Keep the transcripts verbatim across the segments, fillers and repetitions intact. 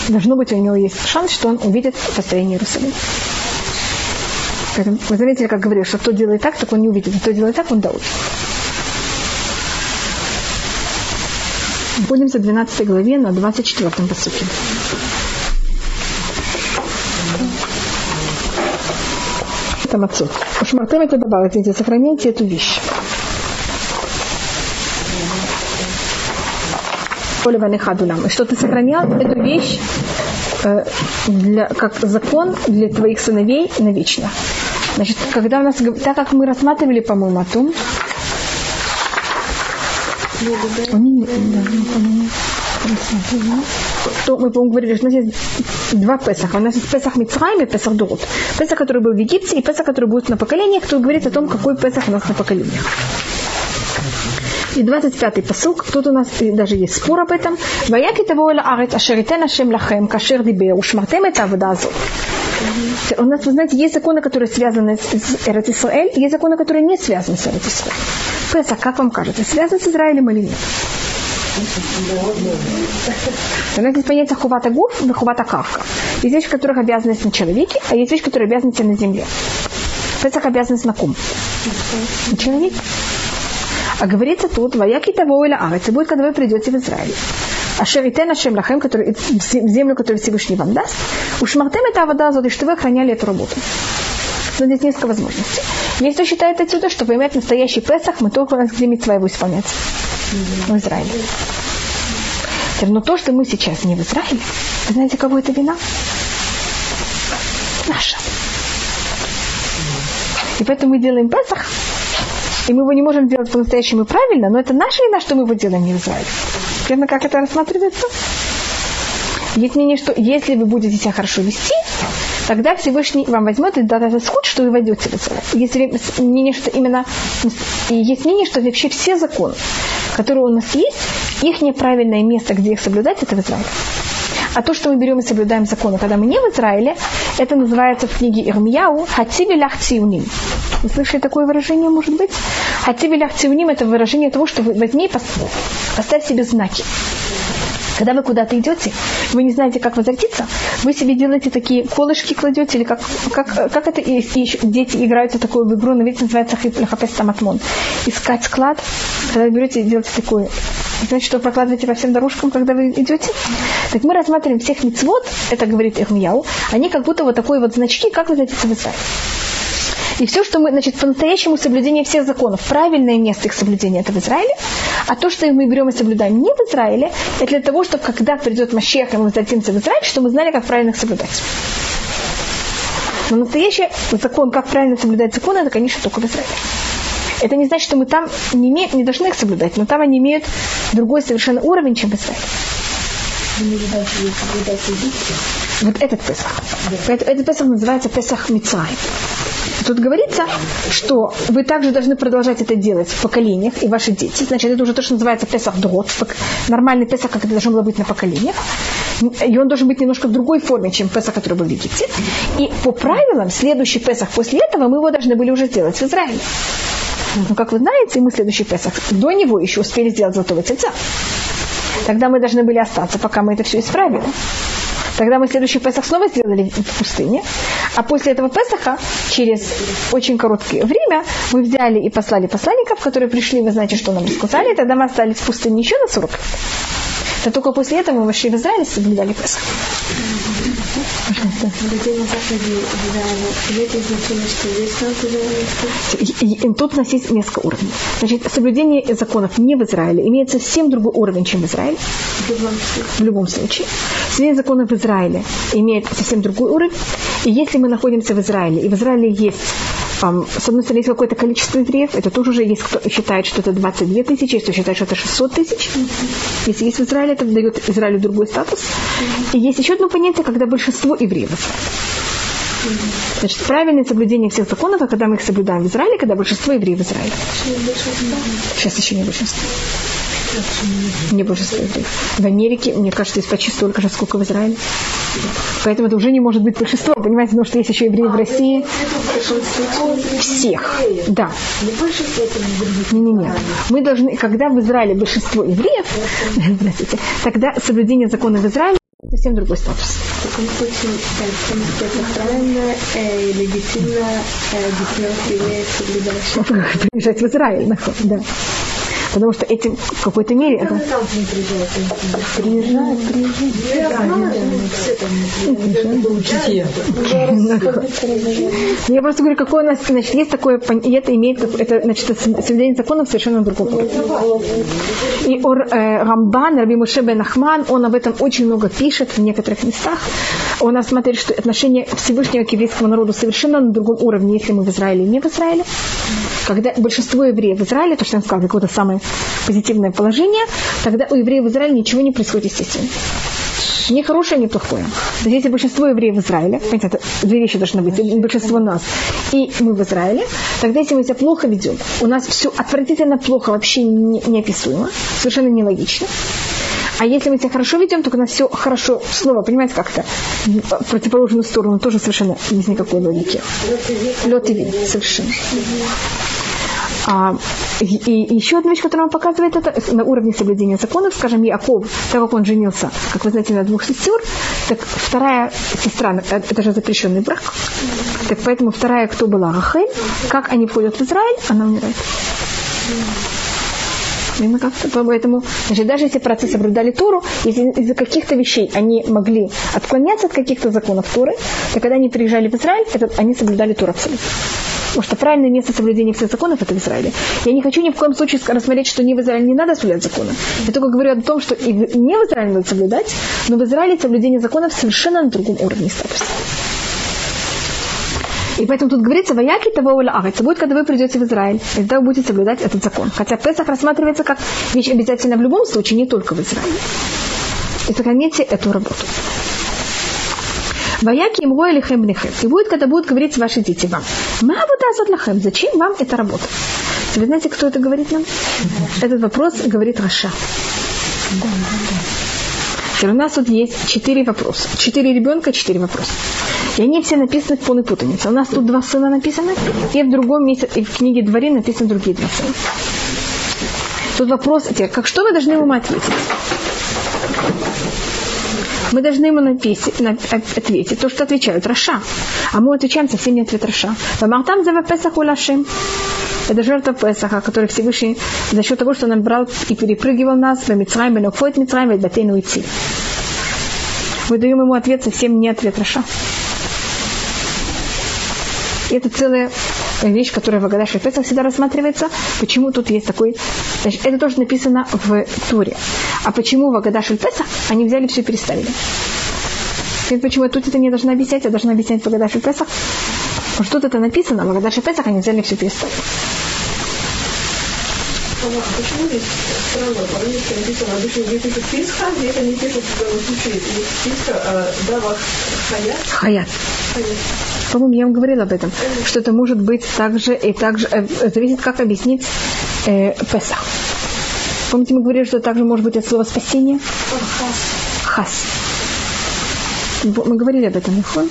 должно быть у него есть шанс, что он увидит построение Иерусалима. Поэтому вы заметили, как говорили, что кто делает так, так он не увидит, а кто делает так, он да увидит. Находимся в двенадцатой главе на двадцать четвёртом пасуке. Там отцу. Уж Мартем это добавит, видите, сохраняйте эту вещь. И что ты сохранял эту вещь э, для, как закон для твоих сыновей навечно. Значит, когда у нас, так как мы рассматривали, по-моему, о том, то мы, по-моему, говорили, что у нас есть два Песаха. У нас есть Песах Мицраим и Песах Дорот. Песах, который был в Египте, и Песах, который будет на поколениях, кто говорит о том, какой Песах у нас на поколениях. И двадцать пятый пасук, тут у нас даже есть спор об этом. «Ваяки того эла арет, ашер итен ашем лахем, кашер дибер, ушмартем эта авода азот». У нас, вы знаете, есть законы, которые связаны с Эрец Исраэль, и есть законы, которые не связаны с Эрец Исраэль. Песах, как вам кажется, связан с Израилем или нет? У нас есть понятие хувата гуф и хувата кавка. Есть вещи, в которых обязанность на человеке, а есть вещи, которые обязанность на земле. Песах обязанность на ком? На человеке. А говорится тут, «Ваяки того эля арец», и будет, когда вы придете в Израиль. «Ашер итен ашем лахем», в землю, которую Всевышний вам даст, «Ушмартем эта авода азот», и что вы охраняли эту работу. Но здесь несколько возможностей. Есть кто считает отсюда, что поймать настоящий Песах, мы только у нас где мицва его исполнять. В Израиле. Но то, что мы сейчас не в Израиле, вы знаете, кого это вина? Наша. И поэтому мы делаем Песах, и мы его не можем делать по-настоящему правильно, но это наша вина, что мы его делаем не в Израиле. Верно, как это рассматривается? Есть мнение, что если вы будете себя хорошо вести, тогда Всевышний вам возьмет и даст этот сход, что вы войдете в Израиль. Есть мнение, что именно, и есть мнение, что вообще все законы, которые у нас есть, их неправильное место, где их соблюдать, это в Израиле. А то, что мы берем и соблюдаем законы, когда мы не в Израиле, это называется в книге Ирмияу «Хативи лях циуним». Вы слышали такое выражение, может быть? «Хативи лях циуним» – это выражение того, что вы возьми и поставь себе знаки. Когда вы куда-то идете, вы не знаете, как возвратиться, вы себе делаете такие колышки, кладете, или как, как, как это и, и дети играют в такую игру, на вид называется хапес таматмон. Искать склад, когда вы берете и делаете такое. Знаете, что вы прокладываете по всем дорожкам, когда вы идете? Так мы рассматриваем всех мицвот, это говорит Ирмияу, они как будто вот такой вот значки, как возвратиться в Израиль. И все, что мы, значит, по-настоящему соблюдение всех законов, правильное место их соблюдения, это в Израиле, а то, что мы берем и соблюдаем не в Израиле, это для того, чтобы когда придет Машиах, и мы возвратимся в Израиль, чтобы мы знали, как правильно их соблюдать. Но настоящий закон, как правильно соблюдать закон, это, конечно, только в Израиле. Это не значит, что мы там не, имеем, не должны их соблюдать, но там они имеют другой совершенно уровень, чем в Израиле. Вот этот Песах. Да. Этот Песах называется Песах Мицраим. Тут говорится, что вы также должны продолжать это делать в поколениях, и ваши дети. Значит, это уже то, что называется Песах Дорот. Нормальный Песах, как это должно было быть на поколениях. И он должен быть немножко в другой форме, чем Песах, который был в Египте. И по правилам, следующий Песах после этого мы его должны были уже сделать в Израиле. Но, как вы знаете, мы следующий Песах до него еще успели сделать золотого тельца. Тогда мы должны были остаться, пока мы это все исправили. Тогда мы следующий Песах снова сделали в пустыне. А после этого Песаха, через очень короткое время, мы взяли и послали посланников, которые пришли, вы знаете, что нам сказали. Тогда мы остались в пустыне еще на сорок лет. Но только после этого мы вошли в Израиль и соблюдали Песах. Тут у нас есть несколько уровней. Значит, соблюдение законов не в Израиле имеет совсем другой уровень, чем в Израиле. В любом случае. Соблюдение законов в Израиле имеет совсем другой уровень. И если мы находимся в Израиле, и в Израиле есть, um, с одной стороны, есть какое-то количество евреев, это тоже уже есть, кто считает, что это двадцать две тысячи, есть кто считает, что это шестьсот тысяч. Если есть в Израиле, это дает Израилю другой статус. И есть еще одно понятие, когда большинство евреев в Израиле. Значит, правильное соблюдение всех законов, а когда мы их соблюдаем в Израиле, когда большинство евреев в Израиле. Сейчас еще не большинство. Не большинство евреев. В Америке, мне кажется, есть почти столько же, сколько в Израиле. Поэтому это уже не может быть большинство, понимаете, потому что есть еще евреи в России. Всех. Да. Не-не-не. Мы должны, когда в Израиле большинство евреев, тогда соблюдение закона в Израиле Совсем другой статус. В таком случае это правильно и легитимно детей соблюдать. Приезжать в Израиль, да. Потому что этим в какой-то мере это... Приезжают, приезжают. Я просто говорю, какое у нас, значит, есть такое, и это имеет, это, значит, соблюдение законов совершенно на другом уровне. И э, Рамбан, Раби Моше бен Нахман, он об этом очень много пишет в некоторых местах. Он рассматривает, что отношение Всевышнего к еврейскому народу совершенно на другом уровне, если мы в Израиле или не в Израиле. Когда большинство евреев в Израиле, то, что я сказала, какое-то самое позитивное положение, тогда у евреев в Израиле ничего не происходит естественно. Ни хорошее, ни плохое. То есть, если большинство евреев в Израиле, понимаете, это две вещи должны быть, большинство нас, и мы в Израиле, тогда, если мы себя плохо ведем, у нас все отвратительно плохо, вообще не, неописуемо, совершенно нелогично. А если мы себя хорошо ведем, то у нас все хорошо, снова, понимаете, как-то в противоположную сторону, тоже совершенно без никакой логики. Лед и вин, совершенно. А, и, и еще одна вещь, которая вам показывает это, на уровне соблюдения законов, скажем, Яков, так как он женился, как вы знаете, на двух сестер, так вторая сестра, это же запрещенный брак, так поэтому вторая, кто была, Рахель, как они входят в Израиль, она умирает. Поэтому, значит, даже если праотцы соблюдали Тору, если из-за каких-то вещей они могли отклоняться от каких-то законов Торы, то когда они приезжали в Израиль, это, они соблюдали Тору абсолютно. Потому что правильное место соблюдения всех законов – это в Израиле. Я не хочу ни в коем случае рассмотреть, что не в Израиле не надо соблюдать законы. Я только говорю о том, что и не в Израиле надо соблюдать, но в Израиле соблюдение законов совершенно на другом уровне статуса. И поэтому тут говорится, «Ваяки того уля ага». Это будет, когда вы придете в Израиль, и тогда вы будете соблюдать этот закон. Хотя Песах рассматривается как вещь обязательно в любом случае, не только в Израиле. И сохраните эту работу. «Ваяки им роя лихем бнехем». И будет, когда будут говорить ваши дети вам, «Ма авода лахем». Зачем вам эта работа? Вы знаете, кто это говорит нам? Этот вопрос говорит Раша. У нас тут есть четыре вопроса. Четыре ребенка, четыре вопроса. И они все написаны в полной путанице. У нас тут два сына написаны, и в другом месте, и в книге Дворим написаны другие два сына. Тут вопрос, теперь, как что вы должны ему ответить? Мы должны ему написать, на, ответить то, что отвечают Раша. А мы отвечаем совсем не ответ Раша. Вамартам за Песах улашим. Это жертва Песаха, который Всевышний за счет того, что он брал и перепрыгивал нас в Мицраим, в Нокфойт Мицраим, в Батейну идти. Мы даем ему ответ совсем не ответ Раша. И это целая вещь, которая в Агада шель Песах всегда рассматривается. Почему тут есть такой... Значит, это тоже написано в Туре. А почему в Агада шель Песах они взяли все и переставили? И почему тут это не должна объяснять, а должна объяснять в Агада шель Песах? Потому что тут это написано, в Агада шель Песах они взяли все и переставили. Почему здесь странно? По-английски написано, обычно где пишут Писха, здесь они пишут в данном случае не Писха, а Давах Хаят. Хаят. Хаят. По-моему, я вам говорила об этом, что это может быть также, и также, э, зависит, как объяснить э, Песах. Помните, мы говорили, что также может быть от слова спасение? Хас. Хас. Мы говорили об этом, Михон.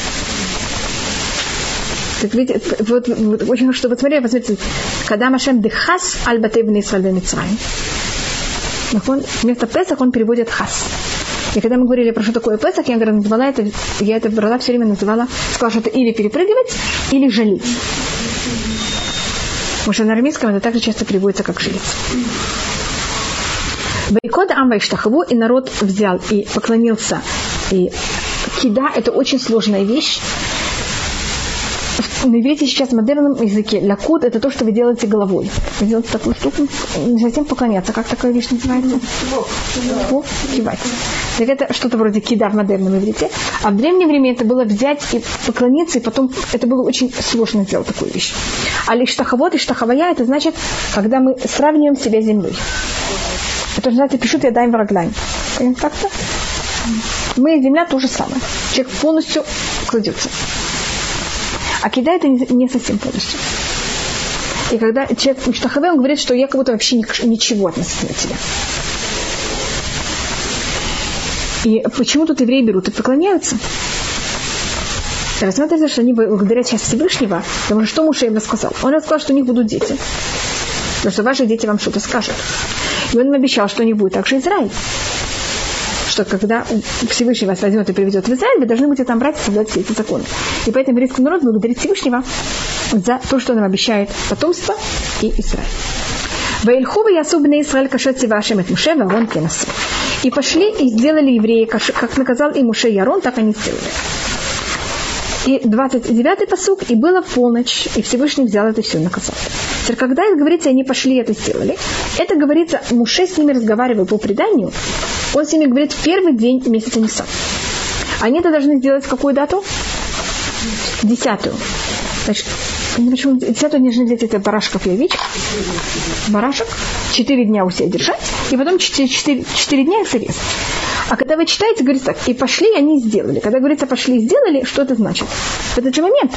Так видите, вот, вот очень хорошо, что посмотрели, посмотрите, когда Машем дехас аль батей бней Исраэль бемицраим. Вместо Песах он переводит хас. И когда мы говорили про что такое Песах, я говорю, назвала это, я это брала все время называла, сказала, что это или перепрыгивать, или жалить. Потому что на арамейском это также часто переводится как жалить. Вайкода ам вайштахаву, и народ взял и поклонился. И кида это очень сложная вещь. На иврите сейчас в модерном языке лякут это то, что вы делаете головой. Вы делаете такую штуку, не затем поклоняться. Как такая вещь называется? Во, кивать. Так это что-то вроде кида в модерном иврите. А в древнее время это было взять и поклониться, и потом это было очень сложно сделать такую вещь. А лишь штахавот и штахавая, это значит, когда мы сравниваем себя с землей. Это называется пишут ядаем враглаем. Как-то? Мы и земля то же самое. Человек полностью кладется. А кида это не совсем полностью. И когда человек Миштахаве, он говорит, что я как будто вообще ничего относительно тебя. И почему тут евреи берут и поклоняются? Рассматривается, что они благодарят сейчас Всевышнего, потому что что Моше им рассказал? Он рассказал, что у них будут дети. Потому что ваши дети вам что-то скажут. И он им обещал, что у них будет также Израиль. что когда Всевышний вас возьмет и приведет в Израиль, вы должны будете там брать и соблюдать все эти законы. И поэтому еврейский народ благодарит Всевышнего за то, что он им обещает потомство и Израиль. «Ваильху ясу бней Исраэль кашет сивашем эт Муше ваарон кенасу». И пошли и сделали евреи, как наказал и Муше и Аарон, так они сделали. И двадцать девятый пасук, и было в полночь, и Всевышний взял это все и наказал. Теперь, когда это говорится, они пошли и это сделали, это говорится, Муше с ними разговаривая по преданию, он с ними говорит в первый день месяца Нисан. Они это должны сделать в какую дату? Десятую. Значит, почему десятую должны взять это барашков и овечек? Барашек. Четыре дня у себя держать, и потом четыре, четыре, четыре дня их зарезать. А когда вы читаете, говорится так, и пошли, они сделали. Когда говорится пошли и сделали, что это значит? В этот же момент.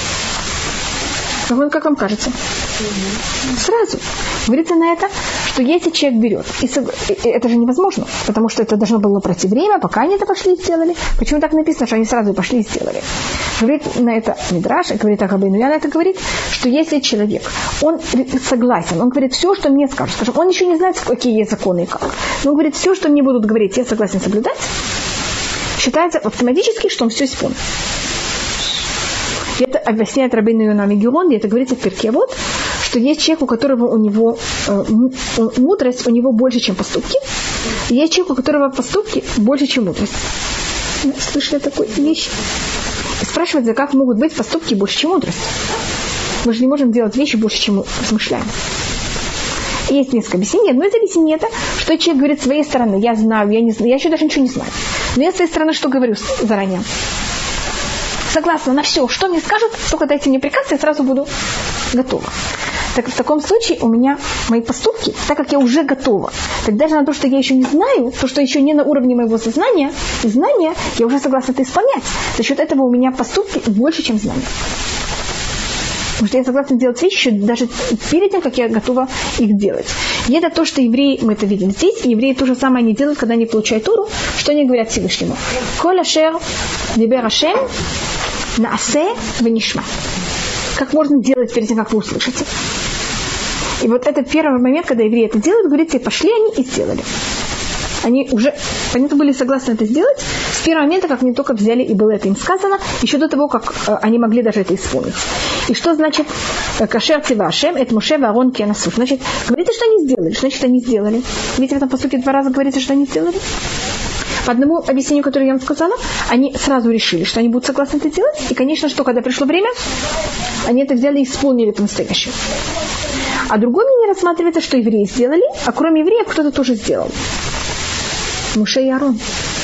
Как вам кажется? Сразу. Говорится на это, что если человек берет, и это же невозможно, потому что это должно было пройти время, пока они это пошли и сделали. Почему так написано, что они сразу пошли и сделали? Говорит на это Мидраш, говорит Рабейну Йона, это говорит, что если человек, он согласен, он говорит все, что мне скажут, скажем, он еще не знает, какие есть законы и как, но он говорит, все, что мне будут говорить, я согласен соблюдать, считается автоматически, что он все исполнит. Это объясняет Рабейну Йона Мегилон, это говорится в Перке вот, что есть человек, у которого у него э, мудрость, у него больше, чем поступки, и есть человек, у которого поступки больше, чем мудрость. Слышали такую вещь? И спрашивается, как могут быть поступки больше, чем мудрость? Мы же не можем делать вещи больше, чем мы размышляем. И есть несколько объяснений. Одно из объяснений это, что человек говорит с своей стороны, я знаю, я не знаю, я еще даже ничего не знаю. Но я с своей стороны что говорю заранее? Согласна на все, что мне скажут, только дайте мне приказ, я сразу буду готова. Так в таком случае у меня мои поступки, так как я уже готова, так даже на то, что я еще не знаю, то, что еще не на уровне моего сознания и знания, я уже согласна это исполнять. За счет этого у меня поступки больше, чем знания. Потому что я согласна делать вещи даже перед тем, как я готова их делать. И это то, что евреи, мы это видим здесь, и евреи то же самое они делают, когда они получают Тору, что они говорят Всевышнему. «Коль ашер дибер Ашем наасе венишма». Как можно делать перед тем, как вы услышите. И вот это первый момент, когда евреи это делают, говорится, и пошли они и сделали. Они уже, они были согласны это сделать с первого момента, как они только взяли, и было это им сказано, еще до того, как э, они могли даже это исполнить. И что значит кашер цива Ашем, это Муше ваарон кенасу? Значит, говорите, что они сделали. Что значит, они сделали? Видите, в этом поступке два раза говорится, что они сделали. По одному объяснению, которое я вам сказала, они сразу решили, что они будут согласны это делать. И, конечно, что, когда пришло время, они это взяли и исполнили по-настоящему. А другое мнение рассматривается, что евреи сделали, а кроме евреев кто-то тоже сделал. Муше и Аарон.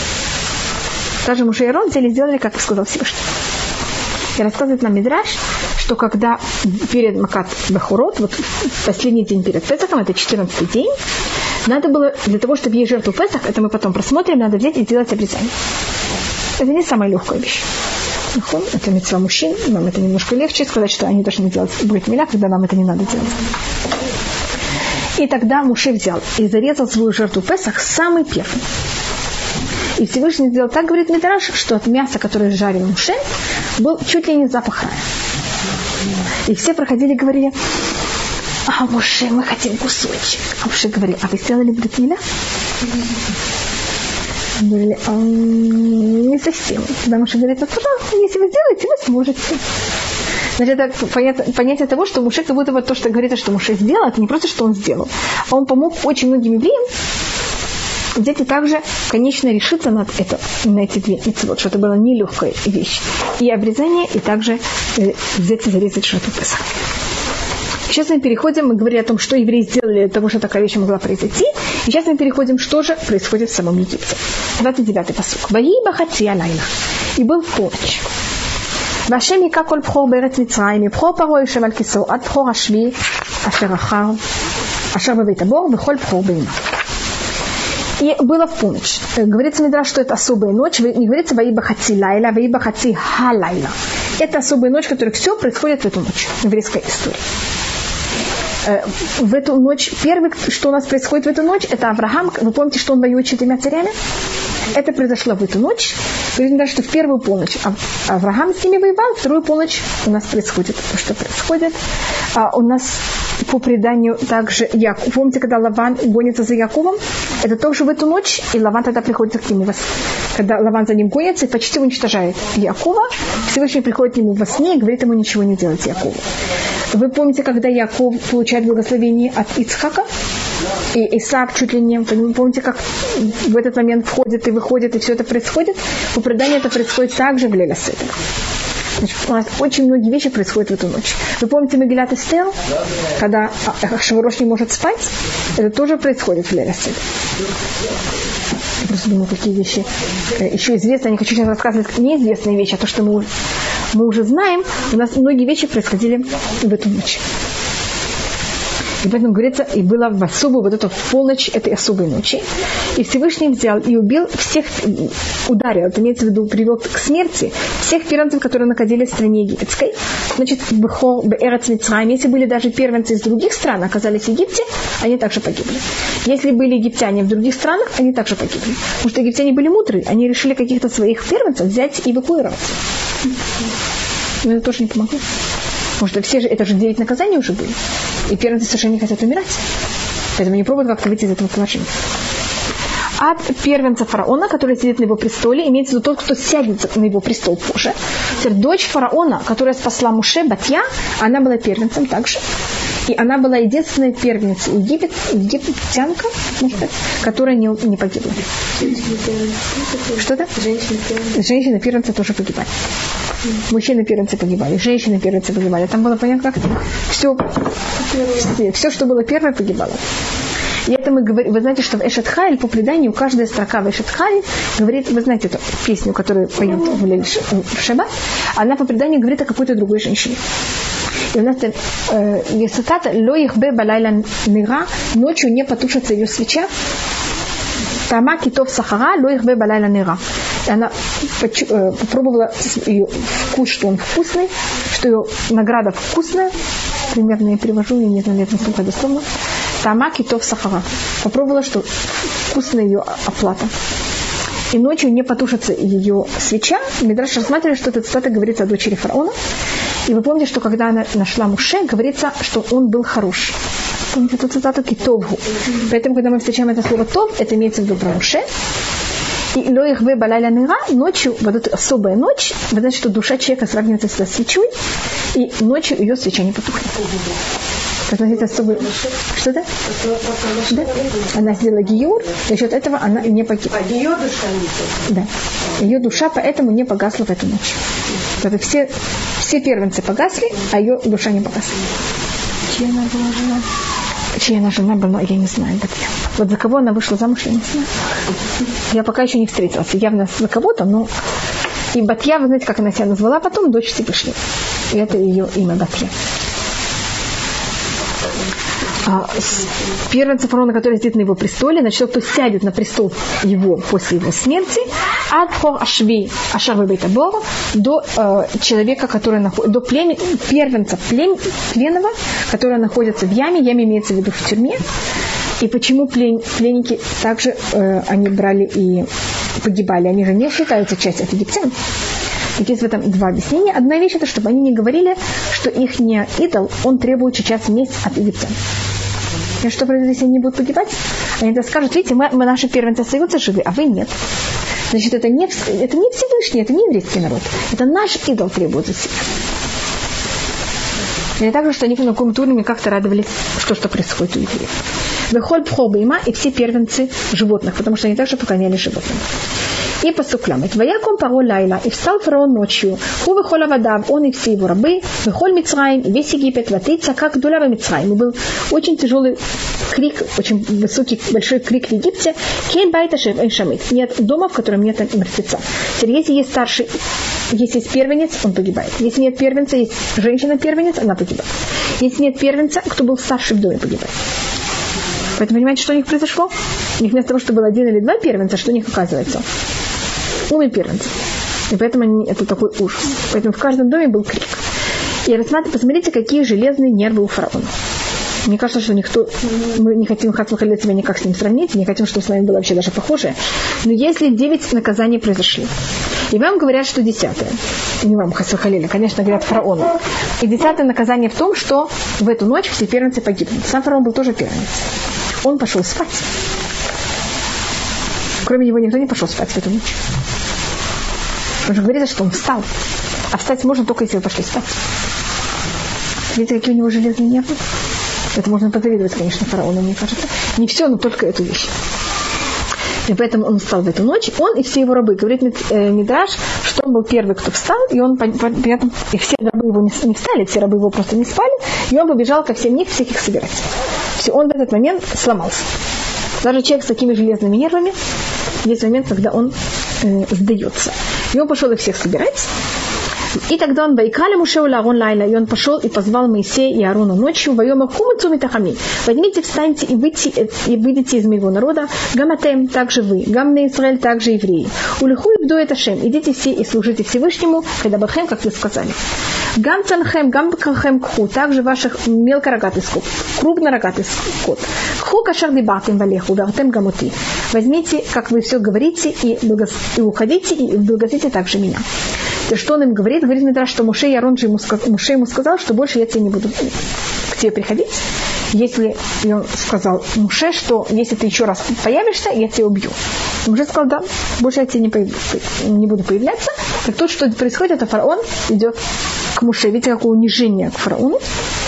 Даже Муше и Аарон взяли и сделали, как сказал Всевышний. И рассказывает нам Мидраш, что когда перед Макат Бехурот, вот последний день перед Песахом, это четырнадцатый день, надо было, для того, чтобы есть жертву Песах, это мы потом просмотрим, надо взять и сделать обрезание. Это не самая легкая вещь. Это мицва мужчин, нам это немножко легче сказать, что они должны делать брит миля, когда нам это не надо делать. И тогда Муше взял и зарезал свою жертву Песах самый первый. И Всевышний сделал так, говорит Мидраш, что от мяса, которое жарил Муше, был чуть ли не запах рая. И все проходили и говорили: а Муше, мы хотим кусочек. А Муше говорил: а вы сделали брит миля? Говорили: а, не совсем. Тогда Муше говорит: а, пожалуйста, если вы сделаете, вы сможете. Значит, это понятие, понятие того, что Муше, как будто бы то, что говорится, что Муше сделал, это не просто, что он сделал, а он помог очень многим евреям взять и также, конечно, решиться над это, на эти две мицвот, что это была нелегкая вещь. И обрезание, и также э, взять и зарезать жертву Песах. Сейчас мы переходим, мы говорили о том, что евреи сделали для того, что такая вещь могла произойти. И сейчас мы переходим, что же происходит в самом Египте. двадцать девятый пасук. «Ваи бахати алайла». И был в полночь. «Вашем яка кол бхор берец Мицраим, и бхор паро йошев аль кисо, ад бхор ашви, ашер ахар, ашер бебейт абор, бхол бхор бейма». И было в полночь. Говорится Мидраш, что это особая ночь. Не говорится «Ваи бахати лайла», «Ваи бахати халайла». Это особая ночь, в которой все происходит в эту ночь. В еврейской истории. В эту ночь, первый, что у нас происходит в эту ночь, это Авраам. Вы помните, что он воюет с четырьмя царями? Это произошло в эту ночь. Говорит Мидраш, что в первую полночь Авраам с ними воевал, вторую полночь у нас происходит то, что происходит. А у нас по преданию также Яков. Помните, когда Лаван гонится за Яковом? Это тоже в эту ночь, и Лаван тогда приходит к нему. Когда Лаван за ним гонится и почти уничтожает Якова, Всевышний приходит к нему во сне и говорит ему ничего не делать Якову. Вы помните, когда Яков получает благословение от Ицхака? И Исаак чуть ли не... Вы помните, как в этот момент входит и выходит, и все это происходит? По преданию это происходит также в Лейль Седер. Значит, у нас очень многие вещи происходят в эту ночь. Вы помните Мегилат Эстер, когда Ахшвирош не может спать? Это тоже происходит в Лейль Седер. Я просто думаю, какие вещи еще известны. Я не хочу сейчас рассказывать неизвестные вещи, а то, что мы, мы уже знаем. У нас многие вещи происходили в эту ночь. И поэтому говорится, и было в особую вот эту в полночь этой особой ночи. И Всевышний взял и убил всех, ударил, это имеется в виду, привел к смерти всех первенцев, которые находились в стране египетской. Значит, Бехор, Беэрец Мицраим, если были даже первенцы из других стран, оказались в Египте, они также погибли. Если были египтяне в других странах, они также погибли. Потому что египтяне были мудрые, они решили каких-то своих первенцев взять и эвакуировать. Но это тоже не помогло. Потому что все же, это же девять наказаний уже были. И первенцы совершенно не хотят умирать. Поэтому они пробуют как-то выйти из этого положения. От первенца фараона, который сидит на его престоле, имеется в виду тот, кто сядет на его престол позже. Теперь дочь фараона, которая спасла Муше, Батья, она была первенцем также. И она была единственной первенцей Египет, египтянка, может быть, которая не, не погибла. Что-то? Женщины первенцы тоже погибали. Мужчины первенцы погибали, женщины первенцы погибали. Там было понятно, как все, все, что было первое, погибало. И это мы говорим, вы знаете, что в Эшет Хайль, по преданию, каждая строка в Эшет Хайль говорит, вы знаете эту песню, которую поют в Шаббат, она по преданию говорит о какой-то другой женщине. И у нас э, есть цитата «Ло ихбе балайла нира», ночью не потушится ее свеча. Тама китов сахара, ло ихбе балайла нира. И она э, попробовала ее вкус, что он вкусный, что ее награда вкусная. Примерно я перевожу, я не знаю, это насколько дословно. Тама китов сахара. Попробовала, что вкусная ее оплата. И ночью не потушится ее свеча. Мидраш рассматривает, что эта цитата говорится о дочери фараона. И вы помните, что когда она нашла Муше, говорится, что он был хорош. Помните эту цитату «Китовгу». Поэтому, когда мы встречаем это слово «тов», это имеется в виду про Муше. И «ло ихве балайла нира», ночью, вот эта особая ночь, вы знаете, что душа человека сравнивается со свечой, и ночью ее свеча не потухнет. Это особый... Что-то? Да? Она сделала гиюр, за счет этого она не погибла. А ее душа не Да. Ее душа поэтому не погасла в эту ночь. Это все, все первенцы погасли, а ее душа не погасла. Чья она была жена? Чья она жена была, я не знаю. Батья. Вот за кого она вышла замуж, я не знаю. Я пока еще не встретилась. Явно за кого-то, но... И Батья, вы знаете, как она себя назвала потом? Дочь Всевышнего. И это ее имя Батья. А, первенца фараона, который сидит на его престоле, значит, кто сядет на престол его после его смерти, от хор ашви ашавы бейтабора до э, человека, который находится, до племя, первенца плем, пленного, который находится в яме. Яме имеется в виду в тюрьме. И почему плен, пленники также э, они брали и погибали? Они же не считаются частью от египтян. И есть в этом два объяснения. Одна вещь это, чтобы они не говорили, что их не идол, он требует сейчас месть от египтян. И что произойдет, если они будут погибать? Они тогда скажут, видите, мы, мы наши первенцы остаются живы, а вы нет. Значит, это не, это не Всевышний, это не еврейский народ. Это наш идол требует за себя. И также, что они на каком-то уровне как-то радовались, что, что происходит у евреев. Выхоль пхоба има и все первенцы животных, потому что они также поклонялись животным. И посук ламет. Ваяком пароль лайла. И встал фараон ночью. Ху выхола вода, он и все его рабы. Выхоль Мицраим, и весь Египет, ватыца, как дулява Мицраим. И был очень тяжелый крик, очень высокий, большой крик в Египте. Кейн байта шев эн шамит. Нет дома, в котором нет мертвеца. Теперь, если есть старший, если есть первенец, он погибает. Если нет первенца, есть женщина-первенец, она погибает. Если нет первенца, кто был старший в доме, погибает. Поэтому понимаете, что у них произошло? У них вместо того, чтобы было один или два первенца, что у них оказывается? Умер первенец. И поэтому они, это такой ужас. Поэтому в каждом доме был крик. И рассмотрите, посмотрите, какие железные нервы у фараона. Мне кажется, что никто... Мы не хотим Хацмахалет себя никак с ним сравнить, не хотим, чтобы с нами было вообще даже похожее. Но если девять наказаний произошли, И вам говорят, что десятое. Не вам, Хасвахалиля, конечно, говорят фараону. И десятое наказание в том, что в эту ночь все первенцы погибнут. Сам фараон был тоже первенец. Он пошел спать. Кроме него никто не пошел спать в эту ночь. Он же говорит, что он встал. А встать можно только, если вы пошли спать. Видите, какие у него железные нервы? Это можно позавидовать, конечно, фараону, мне кажется. Не все, но только эту вещь. И поэтому он встал в эту ночь, он и все его рабы. Говорит Мидраш, что он был первый, кто встал, и он, понятно, и все рабы его не встали, все рабы его просто не спали, и он побежал ко всем них, всех их собирать. Все, он в этот момент сломался. Даже человек с такими железными нервами, есть момент, когда он э, сдается. И он пошел их всех собирать. И тогда он байкали Муше Лаарон лайла, и он пошел и позвал Моисея и Аарона ночью, вайомар куму цуми тахами. Возьмите, встаньте и выйдите, и выйдите из моего народа, гаматем, также вы, гамны Израиль, также евреи. Улиху и бду это шем, идите все и служите Всевышнему, когда бахем, как вы сказали. Гам цанхем, гам бахем кху, также ваших мелкорогатый скот, крупнорогатый скот. Кху кашар дебатем валеху, вартем гамути. Возьмите, как вы все говорите, и, благос... и уходите, и благословите также меня. И что он им говорит? Говорит Мидраш, что Моше и Арон же ему, сказ... Моше ему сказал, что больше я тебе не буду к тебе приходить. Если и он сказал Моше, что если ты еще раз появишься, я тебя убью. И Моше сказал, да, больше я тебе не, появ... не буду появляться. Так тут, что происходит, это фараон идет к Моше. Видите, какое унижение к фараону.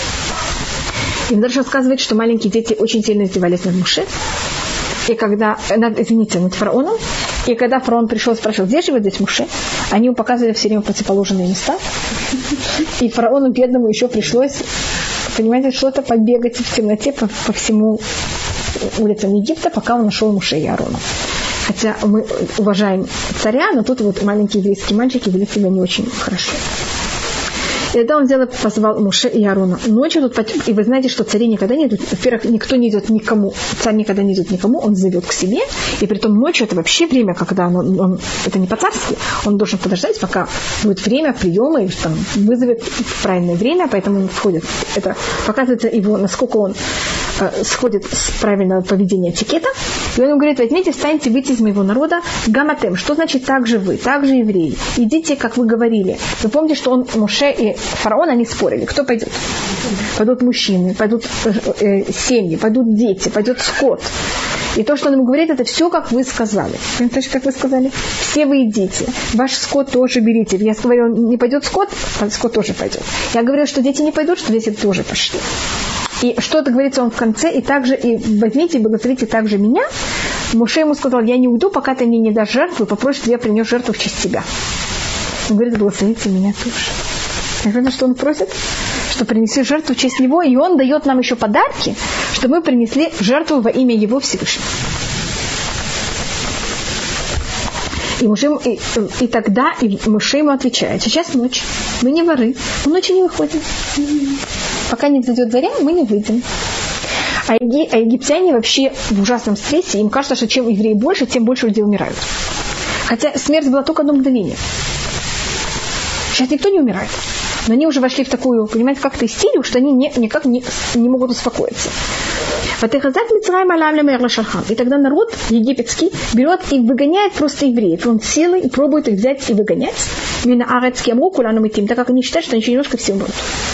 И Мидраш рассказывает, что маленькие дети очень сильно издевались над Моше. И когда, извините, над фараоном, и когда фараон пришел и спрашивал, где живет здесь Моше, они ему показывали все время противоположные места. И фараону бедному еще пришлось, понимаете, что-то побегать в темноте по, по всему улицам Египта, пока он нашел Моше и Аарона. Хотя мы уважаем царя, но тут вот маленькие еврейские мальчики вели себя не очень хорошо. И тогда он взял и позвал Моше и Аарона. Ночью тут, и вы знаете, что цари никогда не идут, во-первых, никто не идет никому, царь никогда не идет никому, он зовет к себе, и притом ночью это вообще время, когда он, он это не по-царски, он должен подождать, пока будет время приема, и там вызовет в правильное время, поэтому он входит. Это показывается его, насколько он э, сходит с правильного поведения этикета. И он ему говорит, возьмите, встаньте, выйти из моего народа, гаматем. Что значит так же вы, так же евреи? Идите, как вы говорили. Вы помните, что он, Моше и фараон, они спорили. Кто пойдет? Пойдут мужчины, пойдут э, семьи, пойдут дети, пойдет скот. И то, что он ему говорит, это все, как вы сказали. Понимаете, как вы сказали? Все вы идите. Ваш скот тоже берите. Я говорила, не пойдет скот, скот тоже пойдет. Я говорила, что дети не пойдут, что дети тоже пошли. И что-то говорится он в конце, и также и возьмите и благословите также меня. Моше ему сказал, я не уйду, пока ты мне не дашь жертву, и попросишь, чтобы я принес жертву в честь тебя. Он говорит, благословите меня тоже. И знаете, что он просит? Что принеси жертву в честь него, и он дает нам еще подарки, что мы принесли жертву во имя его Всевышнего. И, Моше, и, и тогда и Моше ему отвечает, сейчас ночь, мы не воры, мы ночью не выходим. Пока не взойдет заря, мы не выйдем. А, еги, а египтяне вообще в ужасном стрессе, им кажется, что чем евреи больше, тем больше людей умирают. Хотя смерть была только одно мгновение. Сейчас никто не умирает. Но они уже вошли в такую, понимаете, как-то истерию, что они не, никак не, не могут успокоиться. И тогда народ египетский берет и выгоняет просто евреев. Он силой и пробует их взять и выгонять. Так как они считают, что они еще немножко все умрут.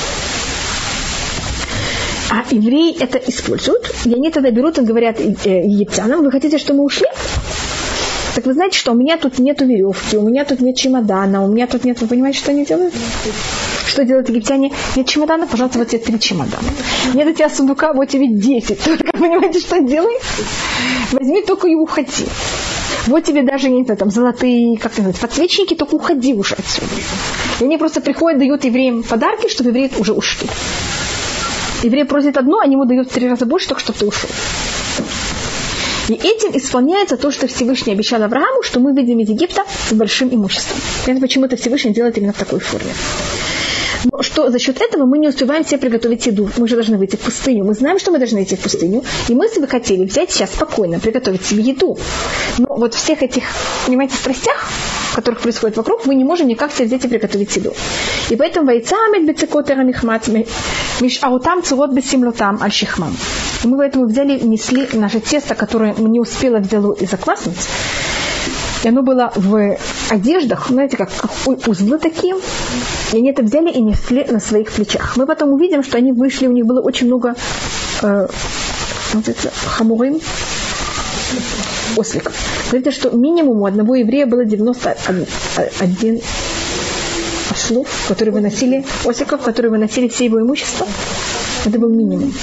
А евреи это используют. И они тогда берут и говорят египтянам, вы хотите, чтобы мы ушли? Так вы знаете, что у меня тут нету веревки, у меня тут нет чемодана, у меня тут нет... Вы понимаете, что они делают? Что делают египтяне? Нет чемодана? Пожалуйста, вот тебе три чемодана. Нет у тебя сундука, вот тебе десять. Только понимаете, что делай? Возьми только и уходи. Вот тебе даже, не знаю, там, золотые, как называется, подсвечники, только уходи уже отсюда. И они просто приходят, дают евреям подарки, чтобы евреи уже ушли. Еврей просит одно, они ему дают в три раза больше, только чтобы ты ушел. И этим исполняется то, что Всевышний обещал Аврааму, что мы выйдем из Египта с большим имуществом. Понятно, почему это Всевышний делает именно в такой форме. Но что за счет этого мы не успеваем себе приготовить еду. Мы же должны выйти в пустыню. Мы знаем, что мы должны идти в пустыню. И мы себе хотели взять сейчас спокойно, приготовить себе еду. Но вот всех этих, понимаете, страстях, в которых происходит вокруг, мы не можем никак себе взять и приготовить еду. И поэтому вайцамет бецекотера михмат мишаутам цурот бесимлотам аль-шихмам. И мы поэтому взяли, несли наше тесто, которое не успело взяло и закваснуть. И оно было в одеждах, знаете, как, как узлы такие. И они это взяли и несли на своих плечах. Мы потом увидим, что они вышли, у них было очень много э, вот это, хамурим, осликов. Говорится, что минимум у одного еврея было девяносто один ослов, которые выносили, осликов, которые выносили все его имущество. Это был минимум.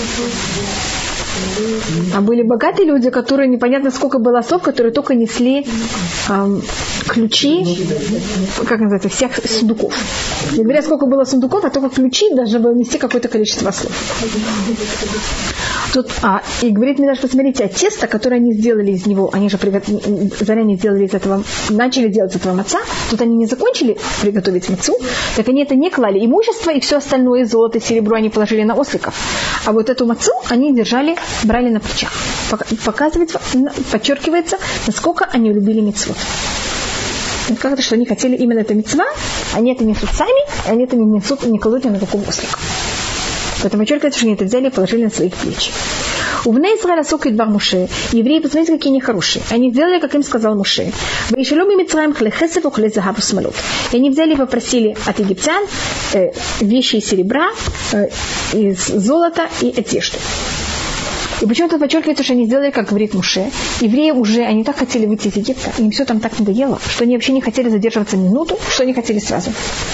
А были богатые люди, которые непонятно сколько было ослов, которые только несли эм, ключи, как называется, всех сундуков. Не говоря, сколько было сундуков, а только ключи должны было нести какое-то количество ослов. Тут, а, и говорит мне даже, посмотрите, а тесто, которое они сделали из него, они же пригот... заранее сделали из этого, начали делать из этого маца, тут они не закончили приготовить мацу, так они это не клали. Имущество и все остальное, золото, серебро, они положили на осликов. А вот эту мацу они держали, брали на плечах. Показывается, подчеркивается, насколько они любили мицвот. Как-то, что они хотели именно это мицва, они это несут сами, они это не несут, не кладут ни на какого ослика. Поэтому подчеркивается, что они это взяли и положили на своих плеч. У Бней Исраэля сок и двор Муше. Евреи, посмотрите, какие они хорошие. Они сделали, как им сказал Муше. И они взяли и попросили от египтян э, вещи из серебра, э, из золота и одежду. И почему-то подчеркивается, что они сделали, как говорит Муше. Евреи уже, они так хотели выйти из Египта, им все там так надоело, что они вообще не хотели задерживаться минуту, что они хотели сразу.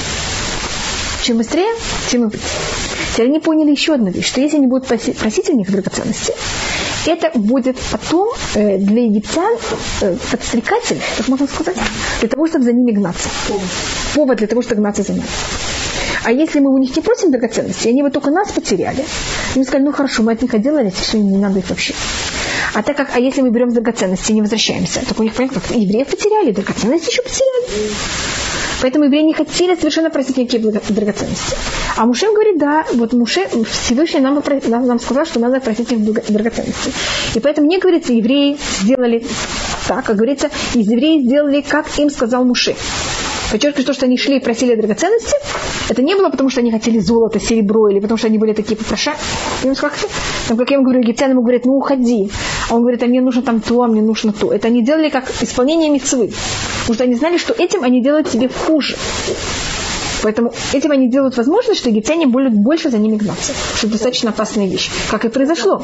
Чем быстрее, тем и выйти. Теперь они поняли еще одну вещь, что если они будут просить, просить у них драгоценности, это будет потом э, для египтян э, подстрекатель, как можно сказать, для того, чтобы за ними гнаться. Повод для того, чтобы гнаться за ними. А если мы у них не просим драгоценности, они бы только нас потеряли, им сказали, ну хорошо, мы от них отделались, все, не надо их вообще. А так как, а если мы берем драгоценности и не возвращаемся, так у них, понятно, как евреев потеряли, драгоценности еще потеряли. Поэтому евреи не хотели совершенно просить никакие драгоценности. А Муше говорит, да, вот Муше, Всевышний нам, нам, нам сказал, что надо просить их драгоценности. И поэтому не говорится, евреи сделали так, как говорится, из евреев сделали, как им сказал Муше. Подчеркиваю, то, что они шли и просили драгоценности, это не было потому, что они хотели золото, серебро, или потому, что они были такие попрошайки. Там, как я ему говорю, египтяне ему говорят, ну уходи. А он говорит, а мне нужно там то, а мне нужно то. Это они делали как исполнение мицвы. Потому что они знали, что этим они делают себе хуже. Поэтому этим они делают возможность, что египтяне будут больше за ними гнаться. Что это достаточно опасная вещь. Как и произошло.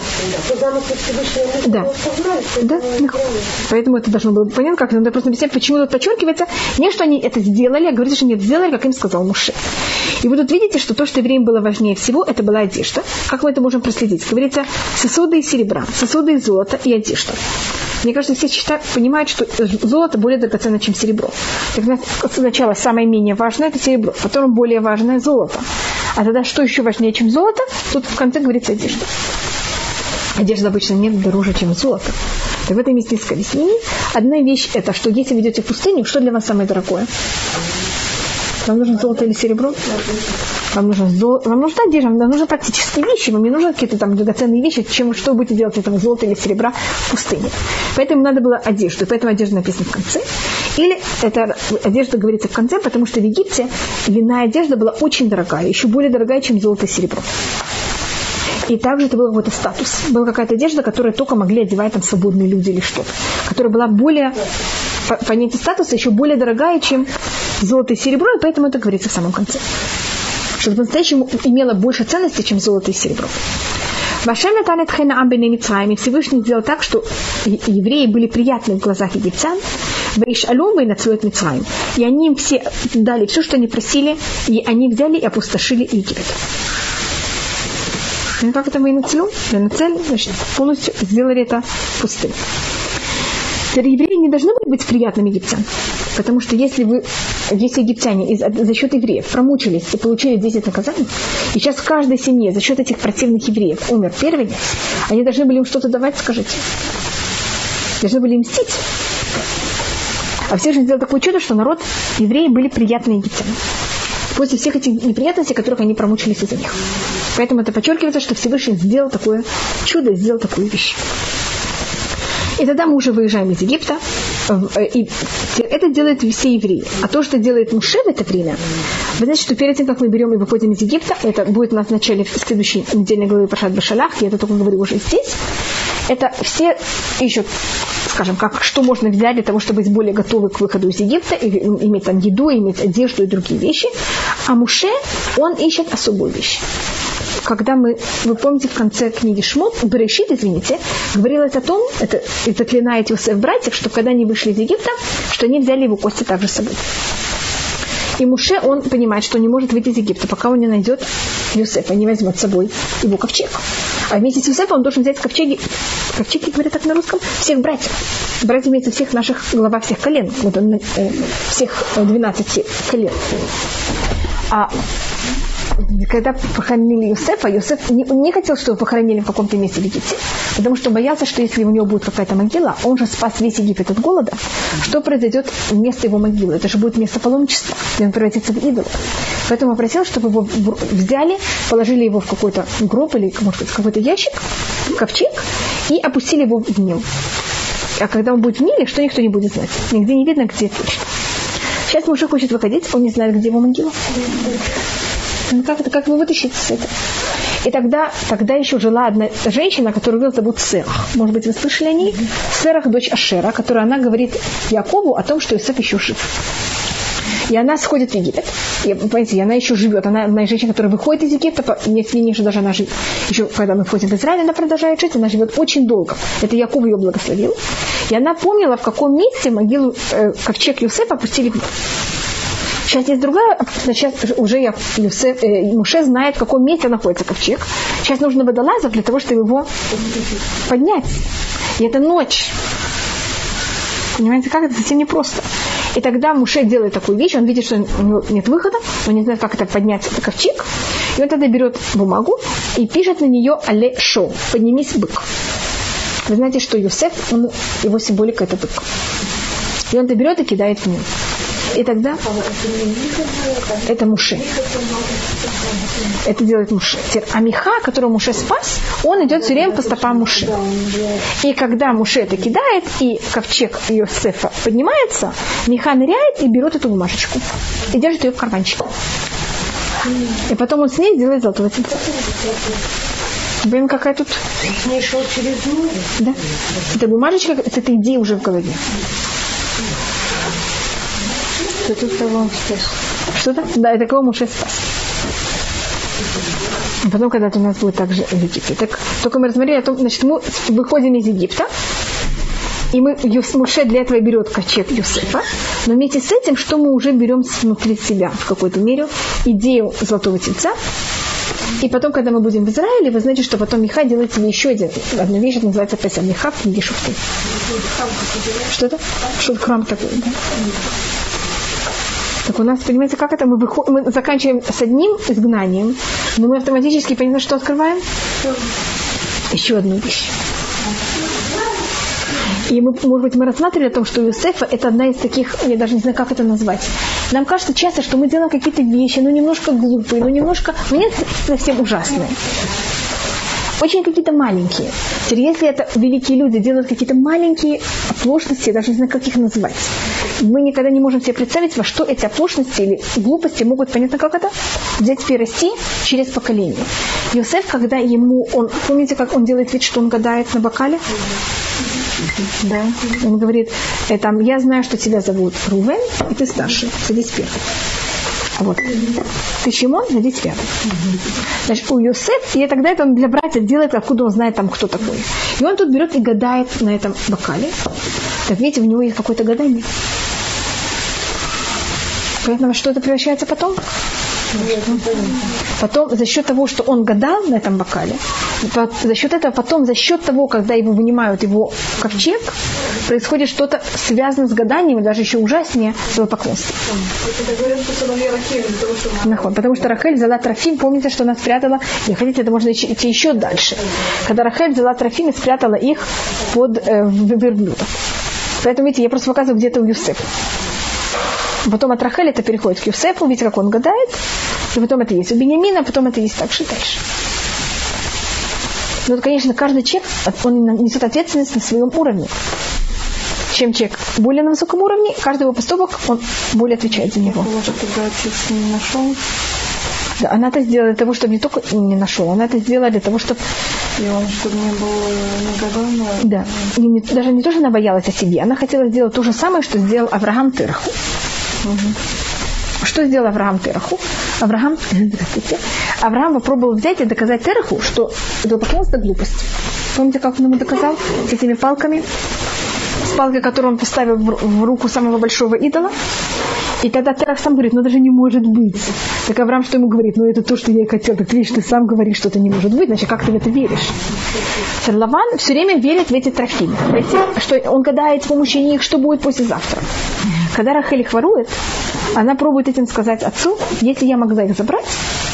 Да. Да. Поэтому это должно было быть понятно, как надо просто объяснять, почему тут подчеркивается. Не, что они это сделали, а говорится, что они это сделали, как им сказал Муше. И вы тут видите, что то, что евреям было важнее всего, это была одежда. Как мы это можем проследить? Говорится, сосуды из серебра, сосуды из золота и одежда. Мне кажется, все считают, понимают, что золото более драгоценно, чем серебро. Так, сначала самое менее важное – это серебро, потом более важное – золото. А тогда что еще важнее, чем золото? Тут в конце говорится одежда. Одежда обычно нет дороже, чем золото. Так в этом есть несколько объяснений. Одна вещь – это, что если вы идете в пустыню, что для вас самое дорогое? Вам нужно золото или серебро? Вам нужно золото, вам нужна одежда, вам нужны практические вещи, вам не нужны какие-то там драгоценные вещи, чем, что вы будете делать с этого золота или серебра в пустыне. Поэтому надо было одежду, и поэтому одежда написана в конце. Или эта одежда говорится в конце, потому что в Египте льняная одежда была очень дорогая, еще более дорогая, чем золото и серебро. И также это был какой-то статус. Была какая-то одежда, которую только могли одевать там свободные люди или что-то. Которая была более, по понятию статуса, еще более дорогая, чем золото и серебро, и поэтому это говорится в самом конце. Что по-настоящему имело больше ценности, чем золото и серебро. Всевышний сделал так, что евреи были приятны в глазах египтян, и они им все дали все, что они просили, и они взяли и опустошили Египет. И как это военноцелю? Военноцель, значит, полностью сделали это пустым. Евреи не должны были быть приятными египтянам. Потому что если вы, если египтяне из, за счет евреев промучились и получили десять наказаний, и сейчас в каждой семье за счет этих противных евреев умер первый, они должны были им что-то давать, скажите. Должны были им мстить. А Всевышний сделал такое чудо, что народ, евреи были приятными египтянам. После всех этих неприятностей, которых они промучились из-за них. Поэтому это подчеркивается, что Всевышний сделал такое чудо, сделал такую вещь. И тогда мы уже выезжаем из Египта, и это делают все евреи. А то, что делает Муше в это время, вы знаете, что перед тем, как мы берем и выходим из Египта, это будет у нас в начале следующей недельной главы Паршат Бешалах, я это только говорю уже здесь, Это все ищут, скажем, как, что можно взять для того, чтобы быть более готовы к выходу из Египта, и иметь там еду, иметь одежду и другие вещи. А Моше, он ищет особую вещь. Когда мы, вы помните, в конце книги Шмот, Берешит, извините, говорилось о том, это, это заклинает Йосеф братьев, что когда они вышли из Египта, что они взяли его кости также с собой. И Моше, он понимает, что он не может выйти из Египта, пока он не найдет Йосефа, не возьмет с собой его ковчег. А вместе с Йосефом он должен взять ковчеги, ковчеги, говорят так на русском, всех братьев. Братья имеются всех наших, глава всех колен, вот он, э, всех двенадцати колен. А когда похоронили Йосефа, Йосеф не, не хотел, чтобы его похоронили в каком-то месте в Египте, потому что боялся, что если у него будет какая-то могила, он же спас весь Египет от голода, что произойдет вместо его могилы? Это же будет место паломничества, где он превратится в идола. Поэтому он просил, чтобы его взяли, положили его в какой-то гроб или, может быть, в какой-то ящик, ковчег, и опустили его в Нил. А когда он будет в Ниле, что никто не будет знать. Нигде не видно, где точно. Сейчас Моше хочет выходить, он не знает, где его могила. Ну, как это, как вы вытащите с этого? И тогда, тогда еще жила одна женщина, которую зовут Серах. Может быть, вы слышали о ней? Серах, дочь Ашера, которая она говорит Якову о том, что Йосеф еще жив. И она сходит в Египет. И, понимаете, она еще живет. Она, она женщина, которая выходит из Египта, если не, что даже она живет. Еще когда мы входим в Израиль, она продолжает жить. Она живет очень долго. Это Яков ее благословил. И она помнила, в каком месте могилу э, ковчег Йосефа опустили в. Сейчас есть другая, сейчас уже я, Юсеф, э, Моше знает, в каком месте находится ковчег. Сейчас нужно водолазов для того, чтобы его поднять. И это ночь. Понимаете, как это совсем непросто. И тогда Моше делает такую вещь, он видит, что у него нет выхода, он не знает, как это поднять, это ковчег. И он тогда берет бумагу и пишет на нее «Але шо», «Поднимись, бык». Вы знаете, что Йосеф, он, его символика – это бык. И он это берет и кидает в него. И тогда это Моше. Это делает Моше. А Миха, которого Моше спас, он идет все время по стопам Моше. И когда Моше это кидает, и ковчег Йосефа поднимается, Миха ныряет и берет эту бумажечку. И держит ее в карманчике. И потом он с ней делает золотого тельца. Блин, какая тут... Не шел через море. Да. Это бумажечка с этой идеей уже в голове. Что-то того спас. Что-то? Да, это кого Моше спас. И потом когда-то у нас будет также в Египте. Так, только мы рассмотрели о том, значит, мы выходим из Египта, и мы, Моше для этого берет ковчег Йосефа, но вместе с этим, что мы уже берем внутри себя в какой-то мере, идею золотого тельца. И потом, когда мы будем в Израиле, вы знаете, что потом Миха делает себе еще один, одну вещь, это называется Песах. Миха в книге Шуфты. Что-то? Что-то храм такой, да? Так у нас, понимаете, как это? Мы, выходим, мы заканчиваем с одним изгнанием, но мы автоматически, понимаете, что открываем? Еще одну вещь. И мы, может быть, мы рассматривали о том, что Йосефа это одна из таких, я даже не знаю, как это назвать. Нам кажется часто, что мы делаем какие-то вещи, ну немножко глупые, ну немножко, ну не совсем ужасные. Очень какие-то маленькие. Теперь, если это великие люди делают какие-то маленькие оплошности, я даже не знаю, как их назвать. Мы никогда не можем себе представить, во что эти оплошности или глупости могут, понятно, как это, взять перерасти через поколение. Йосеф, когда ему, он, помните, как он делает вид, что он гадает на бокале? Да. Он говорит, э, там, я знаю, что тебя зовут Рувен, и ты старший, садись первый. Вот. Ты Шимон, садись рядом. Значит, у Йосеф, и тогда это он для братьев делает, откуда он знает там, кто такой. И он тут берет и гадает на этом бокале. Так видите, у него есть какое-то гадание. Поэтому что это превращается потом? Потом, за счет того, что он гадал на этом бокале, за счет этого, потом, за счет того, когда его вынимают, его ковчег, происходит что-то связанное с гаданием, даже еще ужаснее, с поклонством. Потому что Рахель взяла Трофим, помните, что она спрятала, если хотите, это можно идти еще дальше. Когда Рахель взяла Трофим и спрятала их под э, верблюдов. Поэтому, видите, я просто показываю, где это у Йосефа. Потом от Рахель это переходит к Йосефу, видите, как он гадает. И потом это есть у Беньямина, а потом это есть дальше и дальше. Но, конечно, каждый человек, он несет ответственность на своем уровне. Чем человек более на высоком уровне, каждый его поступок, он более отвечает за него. Когда отец не нашел? Да, она это сделала для того, чтобы не только не нашел, она это сделала для того, чтобы И он, чтобы не был негодовно. Да. Не, не, даже не то, что она боялась о себе, она хотела сделать то же самое, что сделал Авраам Тераху. Угу. Что сделал Авраам Тераху? Авраам, здравствуйте. Авраам попробовал взять и доказать Тераху, что идолопоклонство – глупость. Помните, как он ему доказал? С этими палками. С палкой, которую он поставил в руку самого большого идола. И тогда Терах сам говорит, ну даже не может быть. Так Авраам что ему говорит? Ну это то, что я и хотел. Так видишь, ты сам говоришь, что это не может быть. Значит, как ты в это веришь? Лаван все время верит в эти трофимы. Что он гадает с помощью них, что будет послезавтра. Когда Рахель их ворует, она пробует этим сказать отцу, если я могла их забрать,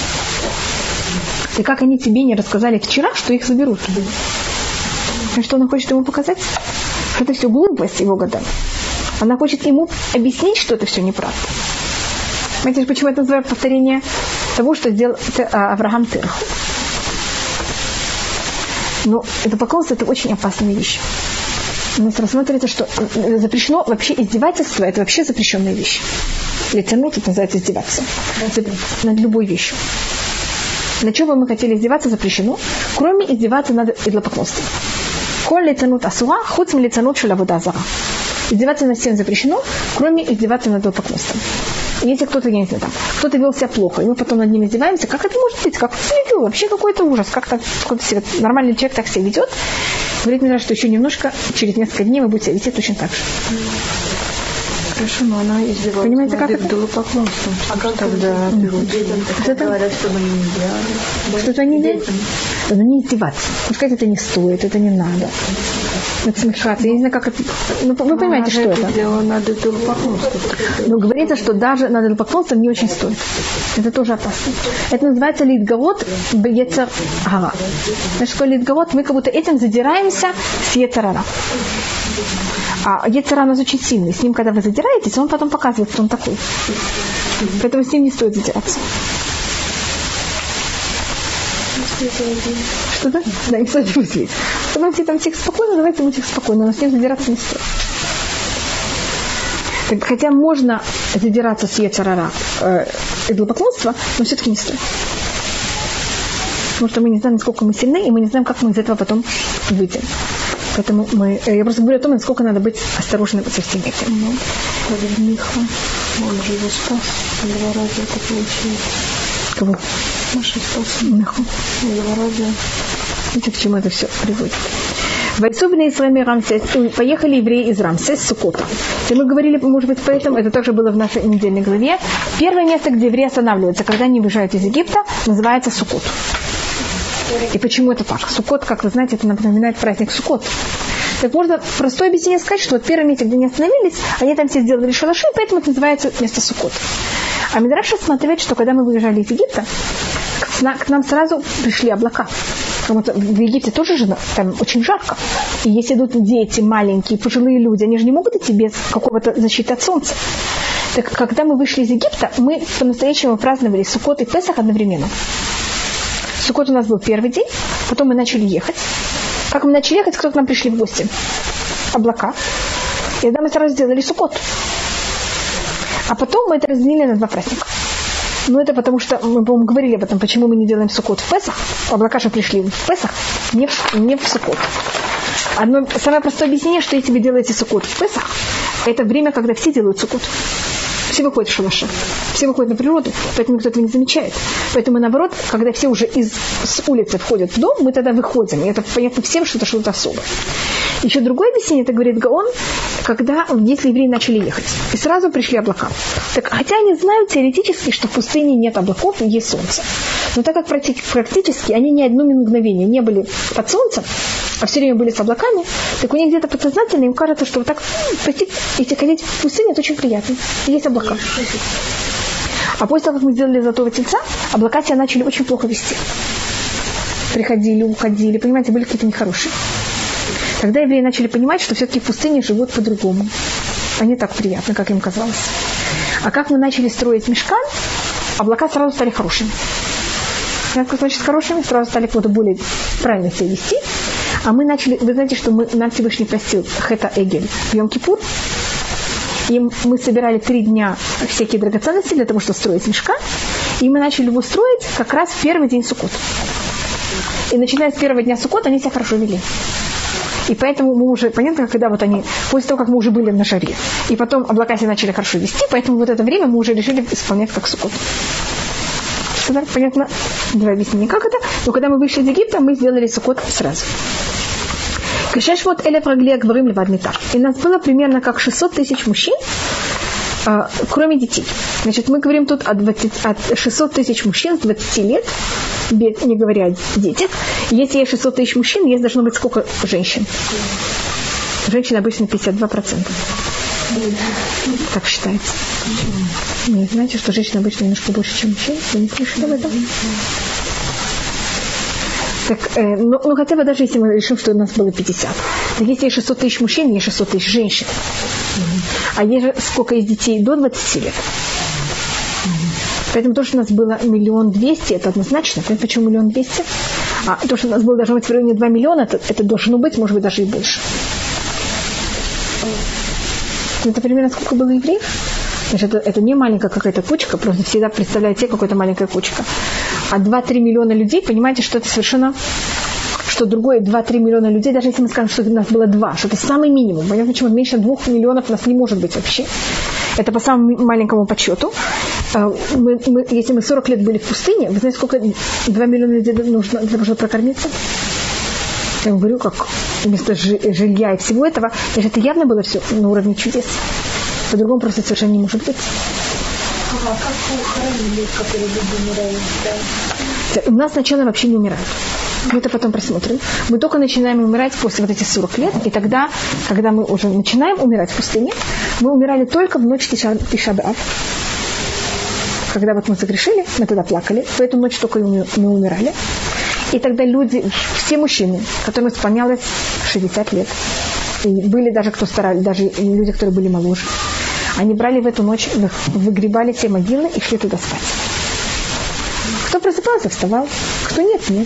и как они тебе не рассказали вчера, что их заберут. И что она хочет ему показать? Что это все глупость его годами. Она хочет ему объяснить, что это все неправда. Знаете, почему это называют повторение того, что сделал Авраам Тераху? Но это поклонство – это очень опасная вещь. У нас рассматривается, что запрещено вообще издевательство, это вообще запрещенная вещь. Лицемерие, это называется издеваться над любой вещью. На чем бы мы хотели издеваться, запрещено, кроме издеваться над идолопоклонством. Коль лицанут асура, хуцм лицанут шелавуда зара. Издеваться над всем запрещено, кроме издеваться над идолопоклонством. Если кто-то, я не знаю, там, кто-то вел себя плохо, и мы потом над ним издеваемся, как это может быть? Как он себя вел? Вообще какой-то ужас. Как так, себя, нормальный человек так себя ведет? Говорит мне, что еще немножко, через несколько дней вы будете себя вести точно так же. Хорошо, но она издевается. Понимаете, как это? Идолопоклонством. А как тогда берут? Это говорят, чтобы они не делали. Что-то они делают? Ну не издеваться. Пускай это не стоит, это не надо. Это смешаться. Я не знаю, как это... Ну, вы понимаете, что это? Дело над идолопоклонством. Но говорится, что даже над идолопоклонством не очень стоит. Это тоже опасно. Это называется литгавот б'ецер гара. Значит, что литгавот, мы как будто этим задираемся с йецер гара. А йецер гара у нас очень сильный. С ним, когда вы задираетесь, он потом показывает, что он такой. Поэтому с ним не стоит задираться. Что да? Да, не стоит мыслить. Давайте там тихо спокойно, давайте мы тихо спокойно, но с ним задираться не стоит. Так, хотя можно задираться с йецер гара э, идолопоклонства, но все-таки не стоит. Потому что мы не знаем, насколько мы сильны, и мы не знаем, как мы из этого потом выйдем. Поэтому мы, я просто говорю о том, насколько надо быть осторожным со всем этим. Ну, Миха, он же его спас. Два раза это получилось. Кого? Наши спас. Миху. Два раза. Видите, к чему это все приводит. Вайцубные из Рамсес, поехали евреи из Рамсес, Сукота. И мы говорили, может быть, поэтому, это также было в нашей недельной главе. Первое место, где евреи останавливаются, когда они выезжают из Египта, называется Сукот. И почему это так? Сукот, как вы знаете, это напоминает праздник Сукот. Так можно простое объяснение сказать, что вот первое место, где они остановились, они там все сделали шалаши, поэтому это называется место Сукот. А Мидраш рассматривает, что когда мы выезжали из Египта, к нам сразу пришли облака. Потому что в Египте тоже же там очень жарко. И если идут дети маленькие, пожилые люди, они же не могут идти без какого-то защиты от солнца. Так когда мы вышли из Египта, мы по-настоящему праздновали Сукот и Песах одновременно. Сукот у нас был первый день, потом мы начали ехать. Как мы начали ехать, кто к нам пришли в гости? Облака. И тогда мы сразу сделали Сукот. А потом мы это разделили на два праздника. Ну, это потому что, мы, по-моему, говорили об этом, почему мы не делаем Сукот в Песах. Облака же пришли в Песах, не в, не в Сукот. Одно, самое простое объяснение, что если вы делаете Сукот в Песах, это время, когда все делают Сукот. Все выходят в шалаши, все выходят на природу, поэтому никто этого не замечает. Поэтому, наоборот, когда все уже из, с улицы входят в дом, мы тогда выходим. И это понятно всем, что это что-то особое. Еще другое объяснение, это говорит Гаон, когда, если евреи начали ехать, и сразу пришли облака. Так, хотя они знают теоретически, что в пустыне нет облаков и есть солнце. Но так как практически они ни одно мгновение не были под солнцем, а все время были с облаками, так у них где-то подсознательно им кажется, что вот так, если ходить в пустыне, это очень приятно. И есть облака. А после того, как мы сделали Золотого Тельца, облака себя начали очень плохо вести. Приходили, уходили, понимаете, были какие-то нехорошие. Тогда евреи начали понимать, что все-таки в пустыне живут по-другому. А не так приятно, как им казалось. А как мы начали строить мишкан, облака сразу стали хорошими. Как значит хорошими? Сразу стали кого-то более правильно себя вести. А мы начали, вы знаете, что мы, нам Всевышний простил Хета Эгель в Йом-Кипур. И мы собирали три дня всякие драгоценности для того, чтобы строить мишкан. И мы начали его строить как раз в первый день Суккот. И начиная с первого дня Суккот, они себя хорошо вели. И поэтому мы уже, понятно, когда вот они, после того, как мы уже были на жаре, и потом облака себя начали хорошо вести, поэтому вот это время мы уже решили исполнять как Суккот. Сказали, понятно, два объяснения, как это. Но когда мы вышли из Египта, мы сделали Суккот сразу. И нас было примерно как шестьсот тысяч мужчин, кроме детей. Значит, мы говорим тут о, двадцати, о шестьсот тысяч мужчин с двадцати лет, без, не говоря о детях. Если есть шестьсот тысяч мужчин, есть должно быть сколько женщин? Женщин обычно пятьдесят два процента. Так считается. Не знаете, что женщин обычно немножко больше, чем мужчин? Вы не слышали об этом? Так, э, ну, ну, хотя бы даже если мы решим, что у нас было пятьдесят. Так если есть шестьсот тысяч мужчин, есть шестьсот тысяч женщин. Mm-hmm. А есть же сколько есть детей до двадцати лет. Mm-hmm. Поэтому то, что у нас было миллион двести, это однозначно. Понимаете, почему миллион двести? А то, что у нас было должно быть в районе два миллиона, это, это должно быть, может быть, даже и больше. Mm-hmm. Это примерно сколько было евреев? Значит, это, это не маленькая какая-то кучка, просто всегда представляете какая-то маленькая кучка. А два-три миллиона людей, понимаете, что это совершенно, что другое два-три миллиона людей, даже если мы скажем, что у нас было два, что это самый минимум. Понятно, почему меньше двух миллионов у нас не может быть вообще. Это по самому маленькому подсчету. Мы, мы, если мы сорок лет были в пустыне, вы знаете, сколько два миллиона людей нужно для того, чтобы прокормиться? Я говорю, как вместо жилья и всего этого, значит, это явно было все на уровне чудес. По-другому просто совершенно не может быть. А как хоронили, которые люди умирают? Да? У нас сначала вообще не умирают. Мы это потом просмотрим. Мы только начинаем умирать после вот этих сорок лет. И тогда, когда мы уже начинаем умирать в пустыне, мы умирали только в ночь Тиша б'Ав. Когда вот мы согрешили, мы тогда плакали. В эту ночь только мы умирали. И тогда люди, все мужчины, которым исполнялось шестьдесят лет, и были даже кто старались, даже люди, которые были моложе, они брали в эту ночь, выгребали все могилы и шли туда спать. Кто просыпался, вставал. Кто нет, нет.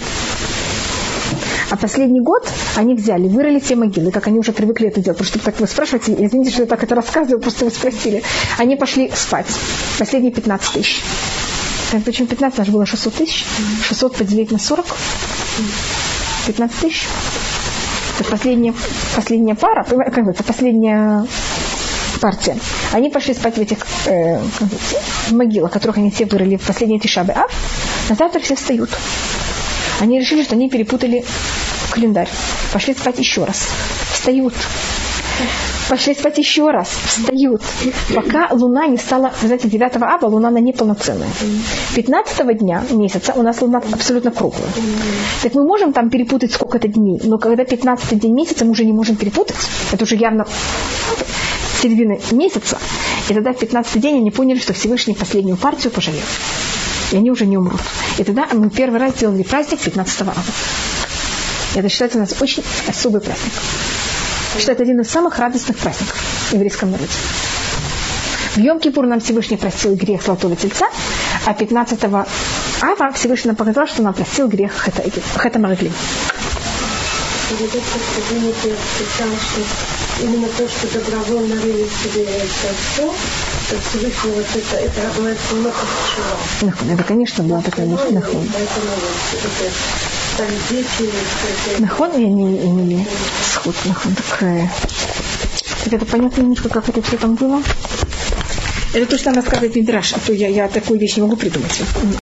А последний год они взяли, вырыли все могилы, как они уже привыкли это делать. Потому что так вы спрашиваете, извините, что я так это рассказываю, просто вы спросили. Они пошли спать. Последние пятнадцать тысяч. Почему пятнадцать? У нас было шестьсот тысяч. шестьсот поделить на сорок. пятнадцать тысяч. Это последняя, последняя пара, как бы, это последняя партия. Они пошли спать в этих э, в могилах, которых они все вырыли в последние Тиша б'Ав. На завтра все встают. Они решили, что они перепутали календарь. Пошли спать еще раз. Встают. Пошли спать еще раз. Встают. Пока луна не стала, вы знаете, девятого ава луна она неполноценная. пятнадцатого дня месяца у нас луна абсолютно круглая. Так мы можем там перепутать сколько-то дней, но когда пятнадцатый день месяца мы уже не можем перепутать. Это уже явно середина месяца. И тогда в пятнадцатый день они поняли, что Всевышний последнюю партию пожалел. И они уже не умрут. И тогда мы первый раз сделали праздник пятнадцатого ава. И это считается у нас очень особый праздник. Считается один из самых радостных праздников в еврейском народе. В Йом-Кипур нам Всевышний простил грех Золотого Тельца, а пятнадцатого ава Всевышний нам показал, что нам простил грех Хета Мараглим. Именно то, что добровольно рыли себе это все, то Всевышний вот это, это бывает много чего. Это, конечно, была такая нахон. Поэтому так дети... Нахон я не имели сход, нахон такая. Это понятно немножко, как это все там было? Это то, что нам рассказывает Мидраш, а то я, я такую вещь не могу придумать.